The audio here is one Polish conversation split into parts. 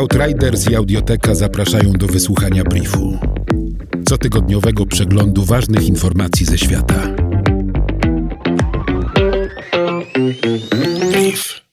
Outriders i Audioteka zapraszają do wysłuchania briefu. Cotygodniowego przeglądu ważnych informacji ze świata. Brief.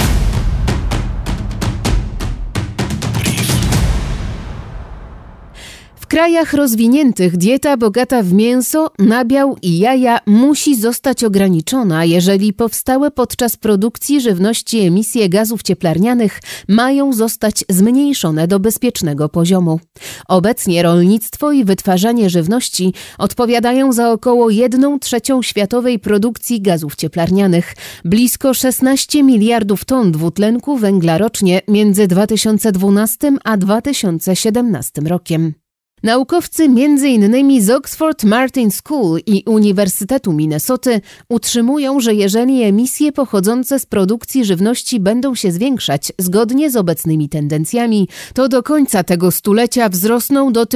W krajach rozwiniętych dieta bogata w mięso, nabiał i jaja musi zostać ograniczona, jeżeli powstałe podczas produkcji żywności emisje gazów cieplarnianych mają zostać zmniejszone do bezpiecznego poziomu. Obecnie rolnictwo i wytwarzanie żywności odpowiadają za około 1/3 światowej produkcji gazów cieplarnianych, blisko 16 miliardów ton dwutlenku węgla rocznie między 2012 a 2017 rokiem. Naukowcy m.in. z Oxford Martin School i Uniwersytetu Minnesoty utrzymują, że jeżeli emisje pochodzące z produkcji żywności będą się zwiększać zgodnie z obecnymi tendencjami, to do końca tego stulecia wzrosną do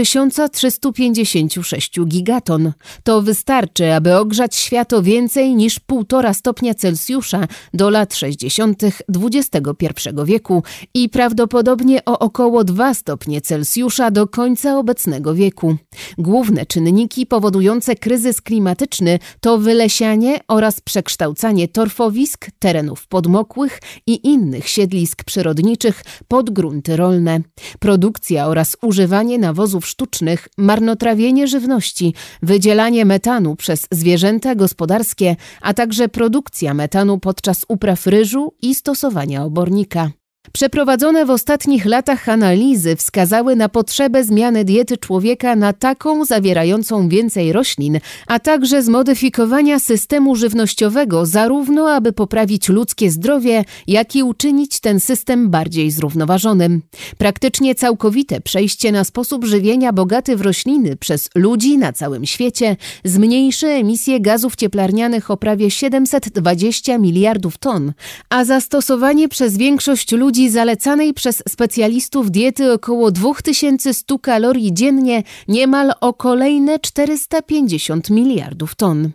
1356 gigaton. To wystarczy, aby ogrzać świat o więcej niż 1,5 stopnia Celsjusza do lat 60. XXI wieku i prawdopodobnie o około 2 stopnie Celsjusza do końca obecnego wieku. Główne czynniki powodujące kryzys klimatyczny to wylesianie oraz przekształcanie torfowisk, terenów podmokłych i innych siedlisk przyrodniczych pod grunty rolne. Produkcja oraz używanie nawozów sztucznych, marnotrawienie żywności, wydzielanie metanu przez zwierzęta gospodarskie, a także produkcja metanu podczas upraw ryżu i stosowania obornika. Przeprowadzone w ostatnich latach analizy wskazały na potrzebę zmiany diety człowieka na taką zawierającą więcej roślin, a także zmodyfikowania systemu żywnościowego zarówno aby poprawić ludzkie zdrowie, jak i uczynić ten system bardziej zrównoważonym. Praktycznie całkowite przejście na sposób żywienia bogaty w rośliny przez ludzi na całym świecie zmniejszy emisję gazów cieplarnianych o prawie 720 miliardów ton, a zastosowanie przez większość ludzi zalecanej przez specjalistów diety około 2100 kalorii dziennie niemal o kolejne 450 miliardów ton.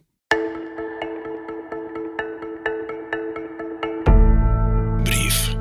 Brief.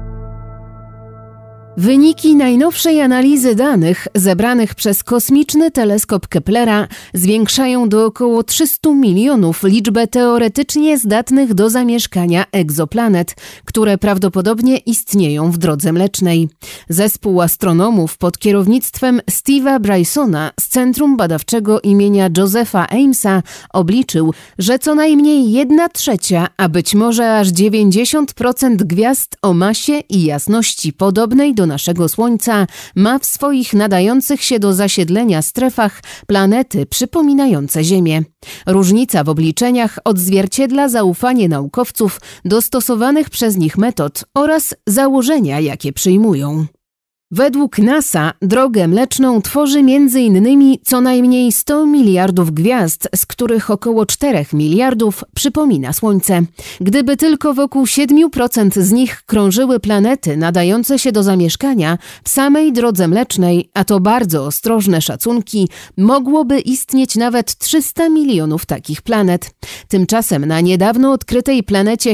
Wyniki najnowszej analizy danych zebranych przez kosmiczny teleskop Keplera zwiększają do około 300 milionów liczbę teoretycznie zdatnych do zamieszkania egzoplanet, które prawdopodobnie istnieją w Drodze Mlecznej. Zespół astronomów pod kierownictwem Steve'a Brysona z Centrum Badawczego imienia Josepha Amesa obliczył, że co najmniej 1/3, a być może aż 90% gwiazd o masie i jasności podobnej do naszego Słońca ma w swoich nadających się do zasiedlenia strefach planety przypominające Ziemię. Różnica w obliczeniach odzwierciedla zaufanie naukowców do stosowanych przez nich metod oraz założenia, jakie przyjmują. Według NASA Drogę Mleczną tworzy m.in. co najmniej 100 miliardów gwiazd, z których około 4 miliardów przypomina Słońce. Gdyby tylko wokół 7% z nich krążyły planety nadające się do zamieszkania, w samej Drodze Mlecznej, a to bardzo ostrożne szacunki, mogłoby istnieć nawet 300 milionów takich planet. Tymczasem na niedawno odkrytej planecie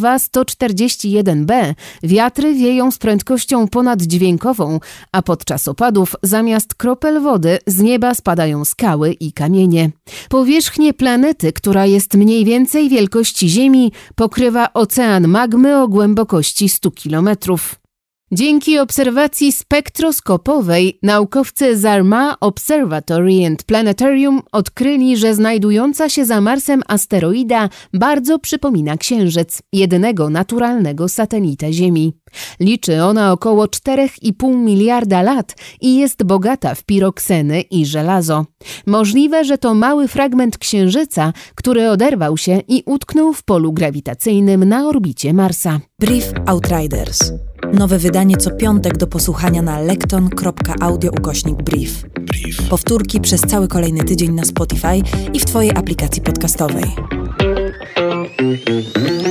K2-141b wiatry wieją z prędkością ponaddźwiękową, a podczas opadów zamiast kropel wody z nieba spadają skały i kamienie. Powierzchnię planety, która jest mniej więcej wielkości Ziemi, pokrywa ocean magmy o głębokości 100 kilometrów. Dzięki obserwacji spektroskopowej naukowcy z Arma Observatory and Planetarium odkryli, że znajdująca się za Marsem asteroida bardzo przypomina Księżyc, jedynego naturalnego satelitę Ziemi. Liczy ona około 4,5 miliarda lat i jest bogata w pirokseny i żelazo. Możliwe, że to mały fragment Księżyca, który oderwał się i utknął w polu grawitacyjnym na orbicie Marsa. Brief Outriders. Nowe wydanie co piątek do posłuchania na lekton.audio/brief. Powtórki przez cały kolejny tydzień na Spotify i w Twojej aplikacji podcastowej.